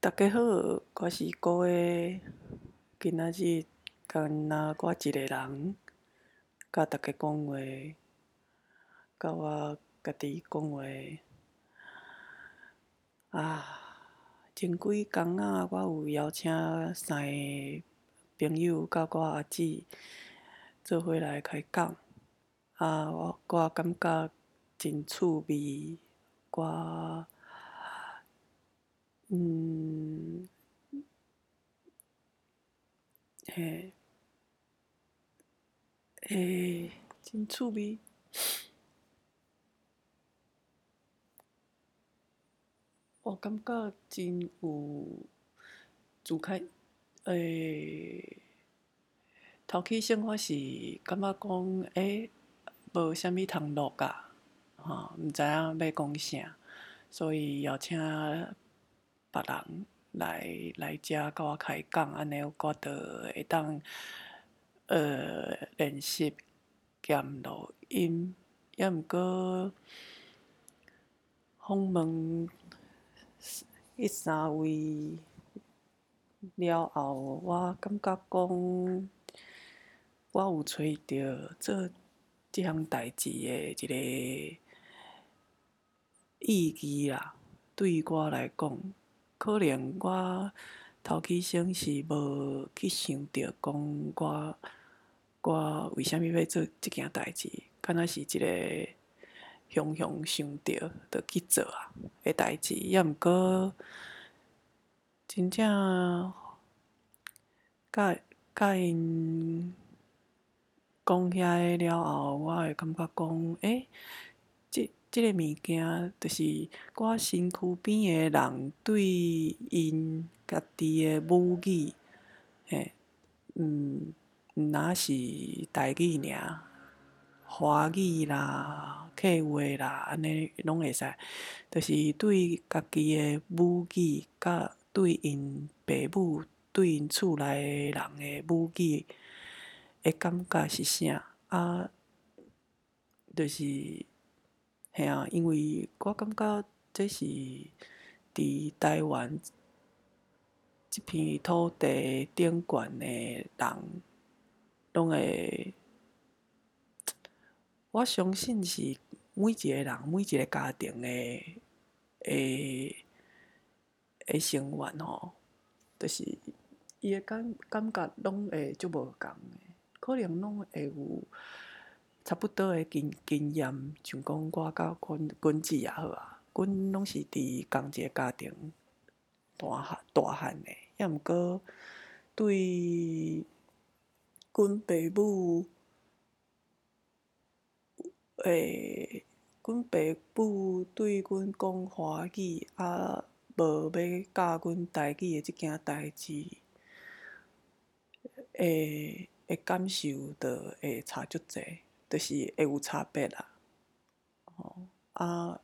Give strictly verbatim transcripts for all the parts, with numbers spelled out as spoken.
大家好，我是郭的。今仔日干那我一个人，甲大家讲话，甲我家己讲话。啊，前几工仔我有邀请三个朋友甲我阿姊做伙来开讲，啊，我我感觉真趣味，我嗯，嘿，诶，真趣味。我感觉真有自开，诶，头起先我是感觉讲，诶，无啥物通录啊，吼，毋知影要讲啥，所以邀请别人来来遮甲我开讲，安尼我着会当呃练习兼录音，抑毋过访问迄三位了后，我感觉讲，我有找着做即项代志的一个意义啦。对于我来讲，可能我头起先是无去想着讲我我为虾米要做即件代志，敢若是一个雄雄想着着去做啊的代志，抑毋过真正甲甲因讲遐个了后，我会感觉讲，诶，即即个物件，就是我身躯边的人对因家己的母语，嘿，毋毋若是台语尔，华语啦、客话啦，安尼拢会使，就是对家己的母语，甲对因爸母、对因厝内的人的母语的感觉是啥？啊，就是嘿啊，因为我感觉这是伫台湾即片土地顶悬的人，拢会，我相信是每一个人、每一个家庭的诶诶成员吼，就是伊的感感觉拢会足无共的，可能拢会有差不多的经经验，像讲我甲阮阮姊也好啊，阮拢是伫共一个家庭大汉大汉的，抑毋过对阮爸母诶，阮爸母对阮讲华语，啊，无要教阮台语的即件代志，会会感受着会差足济，就是会有差别啦。吼，啊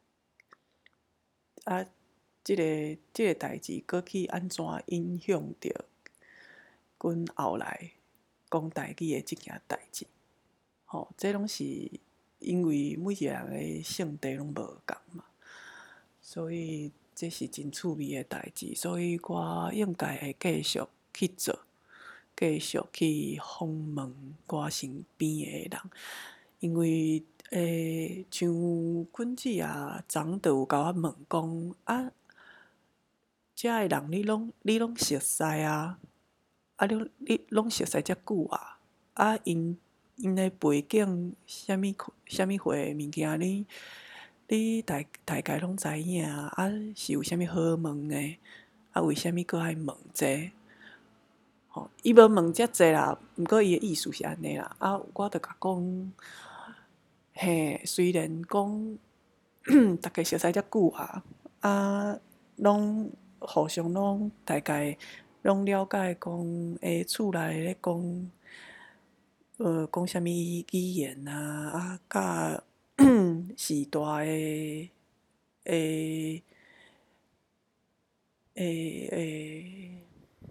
啊，即个即个代志，过去安怎影响着阮后来讲台语的即件代志？吼，这拢是因为每一个人的性地拢无共嘛，所以这是真趣味的代志，所以我应该会继续去做，继续去访问我身边的人，因为诶，像阮姊啊，昨就有甲我问讲啊，遮的人你拢你拢熟悉啊？啊，你你拢熟悉遮久啊？啊，因因的背景，啥物啥物货物件，你你大大概拢知影啊？是有啥物好问的？啊，为虾米佫爱问这？吼，伊无问遮济啦，毋过伊的意思是安尼啦。啊，我着甲讲，嘿，虽然讲大家熟悉遮久啊，啊，拢互相拢大概拢了解讲，诶，厝内咧讲，呃，讲啥物语言啊，啊，甲时代诶诶诶诶，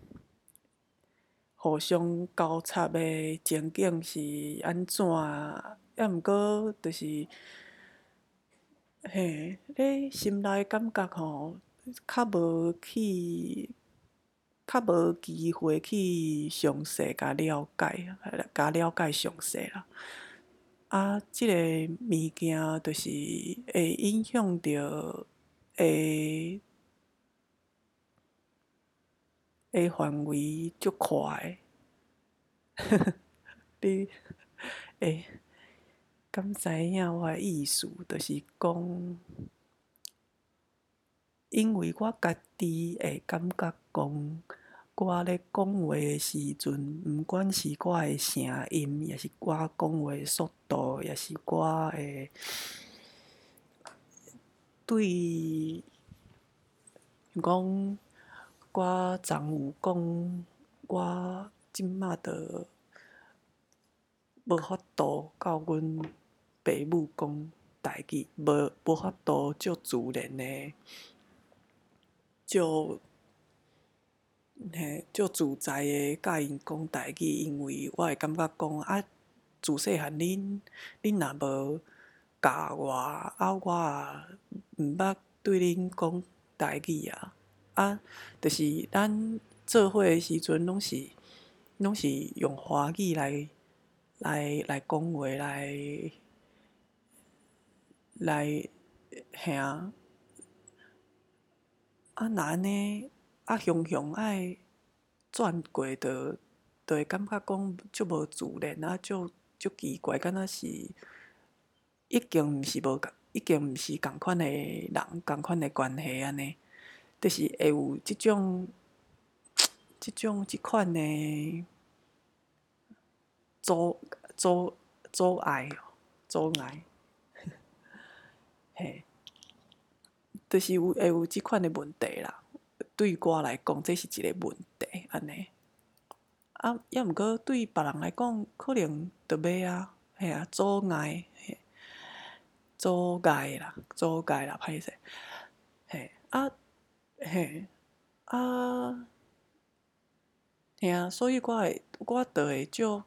互相交叉诶情景是安怎？抑毋过就是，嘿，咧心内感觉吼。 较无去，较无机会去详细甲了解，甲了解详细啦。啊，即个物件就是会影响着会会范围足宽诶。你会敢知影我诶意思？就是讲，因为我家己会感觉讲，我咧讲话诶时阵，毋管是我诶声音，也是我讲话诶速度，也是我诶对，像讲我昨有讲，我即马着无法度甲阮爸母讲台语，无无法度足自然诶，足嘿足自在诶甲因讲台语，因为我会感觉讲啊，自细汉恁恁若无教我，啊我也毋捌对恁讲台语啊，啊，就是咱做伙诶时阵，拢是拢是用华语来来来讲话，来来嘿啊，啊若安尼啊，雄雄爱转过着，就会感觉讲足无自然啊，足足奇怪，敢若是已经毋是无共，已经毋是共款诶人，共款诶关系安尼，就是会有即种即种即款诶阻阻阻碍阻碍，嘿，就是有会有即款诶问题啦。对我来讲，这是一个问题安尼。啊，抑毋过对别人来讲，可能着袂啊，嘿啊，阻碍，嘿，阻碍啦，阻碍啦，歹势，嘿，啊，嘿，啊，嘿啊，所以我会，我着会足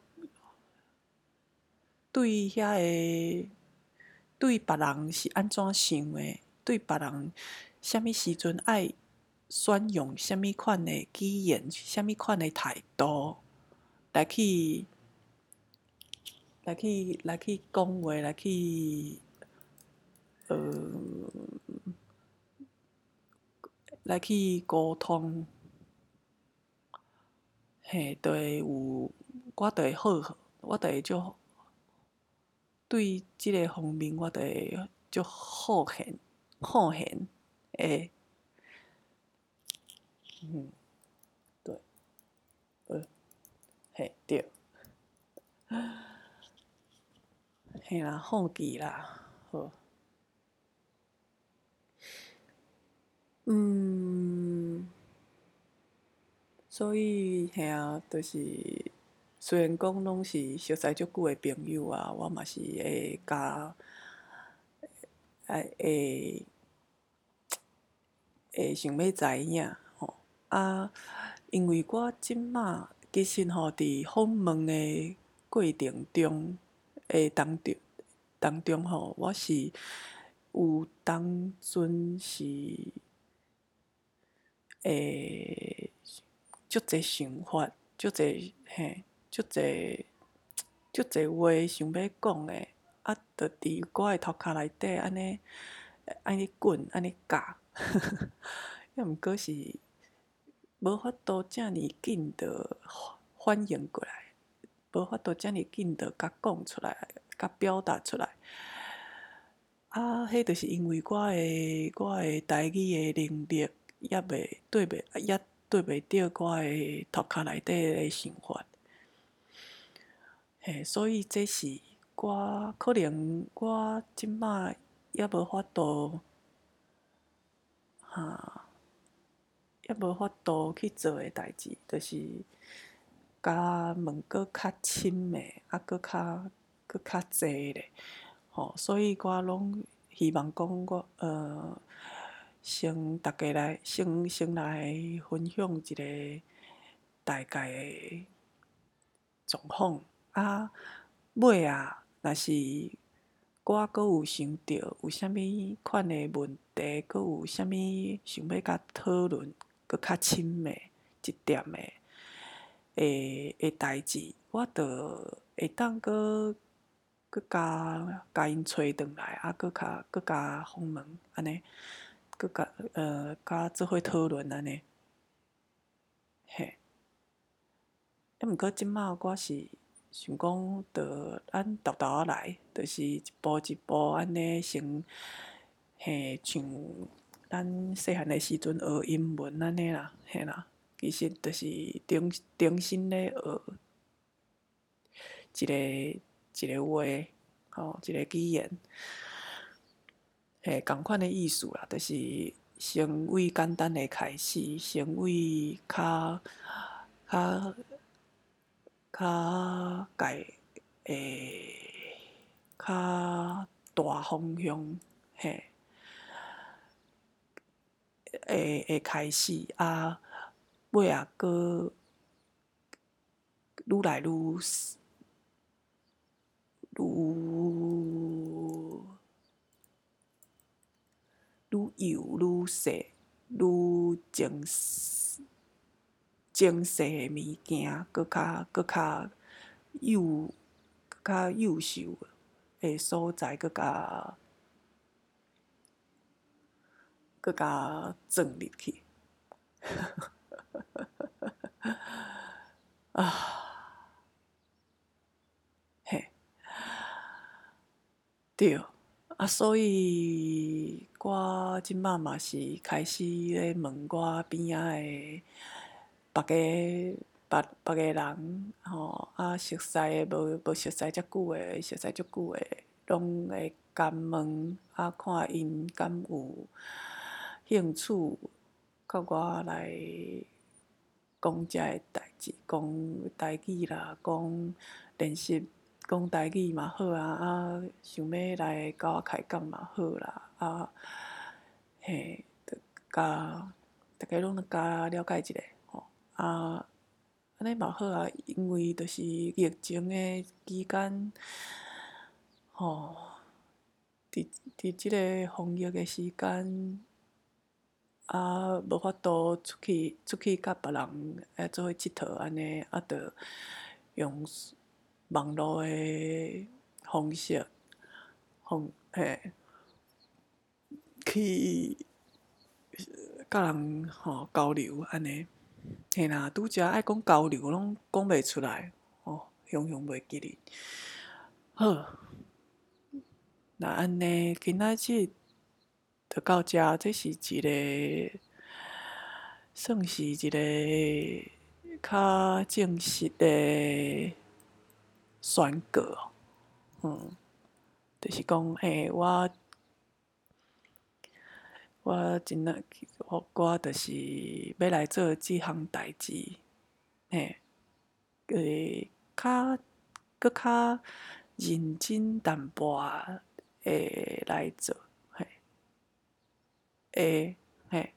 对遐个，对别人是安怎想诶，对别人啥物时阵爱选用啥物款诶语言，啥物款诶态度来去。来去来去讲话，来去呃来去沟通，嘿，就会有我就会好，我就会足对即个方面，我就会足好闲好闲诶，嗯，对，呃，嘿，对，嘿啦，好记啦，好，嗯。所以，嘿啊，就是虽然讲拢是熟识足久诶朋友啊，我嘛是会甲，会会会想要知影吼。啊，因为我即马其实吼伫访问诶过程中，诶当中当中吼，我是有当阵是会足侪想法，足侪嘿，足侪足侪话想要讲诶，啊，着伫我诶头壳内底安尼安尼滚安尼教，抑毋过是无法度遮尔紧着反应过来，无法度遮尔紧着甲讲出来，甲表达出来。啊，迄著是因为我诶我诶台语诶能力抑袂对袂抑对袂着我诶头壳内底诶想法，嘿，所以这是我可能我即摆抑无法度，哈，抑无法度去做诶代志，就是甲问搁较深诶，啊，搁较搁较济咧，吼，所以我拢希望讲我呃，先逐家来先先来分享一个大概诶状况啊，尾啊，若是我阁有想到有啥物款的问题，阁有啥物想要甲讨论，阁较深的一点的诶诶代志，我着会当阁阁甲甲因找转来，啊，阁较阁甲访问安尼，阁甲呃甲做伙讨论安尼，嘿。啊，毋过即摆我是想讲，着咱豆豆仔来，着是一步一步安尼先，嘿，像咱细汉的时阵学英文安尼啦，嘿啦，其实着是重重新咧学一个一个话，吼，一个语言，嘿，共款的意思啦，着是先为简单的开始，先为较较较解诶较大方向，嘿，会会开始啊，尾仔阁愈来愈愈愈幼愈细，愈精精细的物件，搁较搁较幼，搁较幼秀的所在，搁较搁较钻入去。啊，嘿，对，啊，所以我即摆嘛是开始咧问我边仔的别个别别个人，吼，啊，熟悉的无无熟悉遮久的，熟悉足久的，拢会甲问，啊，看因敢有兴趣，甲我来讲遮个代志，讲台语啦，讲练习讲台语嘛好啊，啊，想要来甲我开讲嘛好啦，啊，嘿，着甲逐个拢甲了解一下吼，啊，安尼嘛好啊，因为着是疫情的期间，吼，伫伫即个防疫的时间。啊，无法度出去出去甲别人来做伙佚佗安尼，啊，着用网络的方式，方嘿，去甲人吼交流安尼。嘿啦，拄则爱讲交流，拢讲袂出来，吼，雄雄袂记哩。好，那安尼今仔日就到遮，这是一个算是一个较正式的宣告，嗯，就是讲，嘿，我我真啊，我我就是要来做即项代志，嘿，诶，较搁较认真淡薄仔会来做，嘿，会，嘿。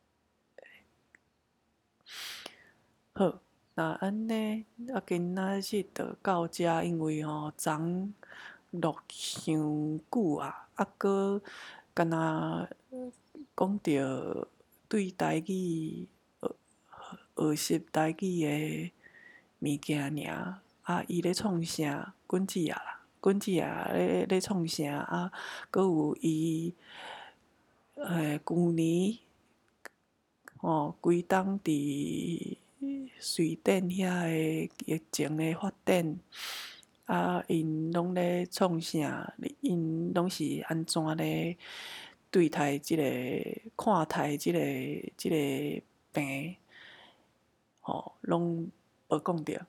好，那安尼啊，今仔日就到遮，因为吼昨录伤久啊，啊，搁敢若讲着对台语学学习台语的物件尔，啊，伊咧创啥？阮姊仔啦，阮姊仔咧咧创啥？啊，搁有伊诶，旧年吼规冬伫瑞典遐个疫情的发展，啊，因拢咧创啥？因拢是安怎咧对待即、个看待即、个即、个病？吼，拢无讲着。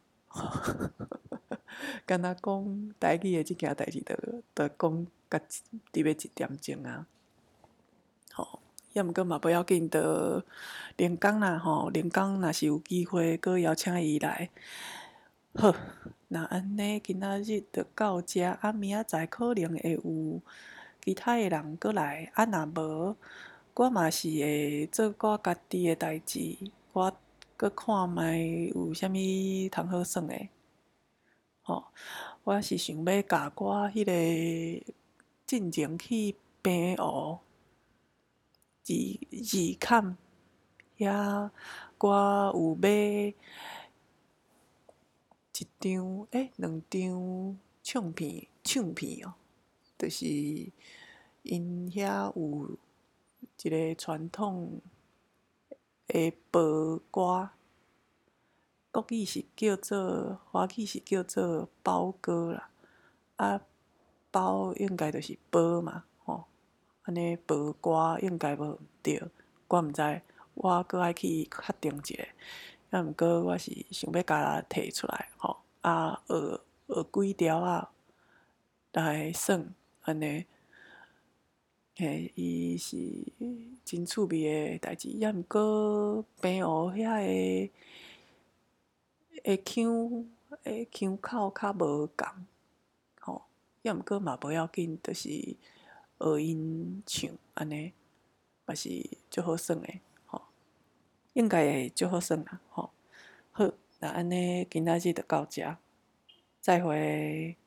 敢若讲台语的即件代志，着着讲甲入要一点钟啊。吼，抑毋过嘛无要紧，着连工啦吼，连工若是有机会，阁邀请伊来。好，那安尼今仔日着到遮，啊，明仔载可能会有其他的人阁来，啊，若无，我嘛是会做我家己的代志，我阁看觅有啥物通好耍的。吼，我是想要甲我迄个进前去平湖二二坎遐，我有买一张诶两张唱片唱片哦，就是因遐有一个传统的报歌，国语是叫做华语是叫做包歌啦，啊包应该就是报嘛，吼，安尼报歌应该无毋对，我毋知，我搁爱去确定一下。啊，毋过我是想要甲摕出来吼，啊学学几条仔来耍，安尼，嘿，伊是真趣味诶代志，抑毋过平湖遐个个腔个腔口较无共，吼，抑毋过嘛无要紧，就是学因唱安尼，嘛是足好耍诶，吼，应该会足好耍啦，吼。好，那安尼今仔日就到遮，再会。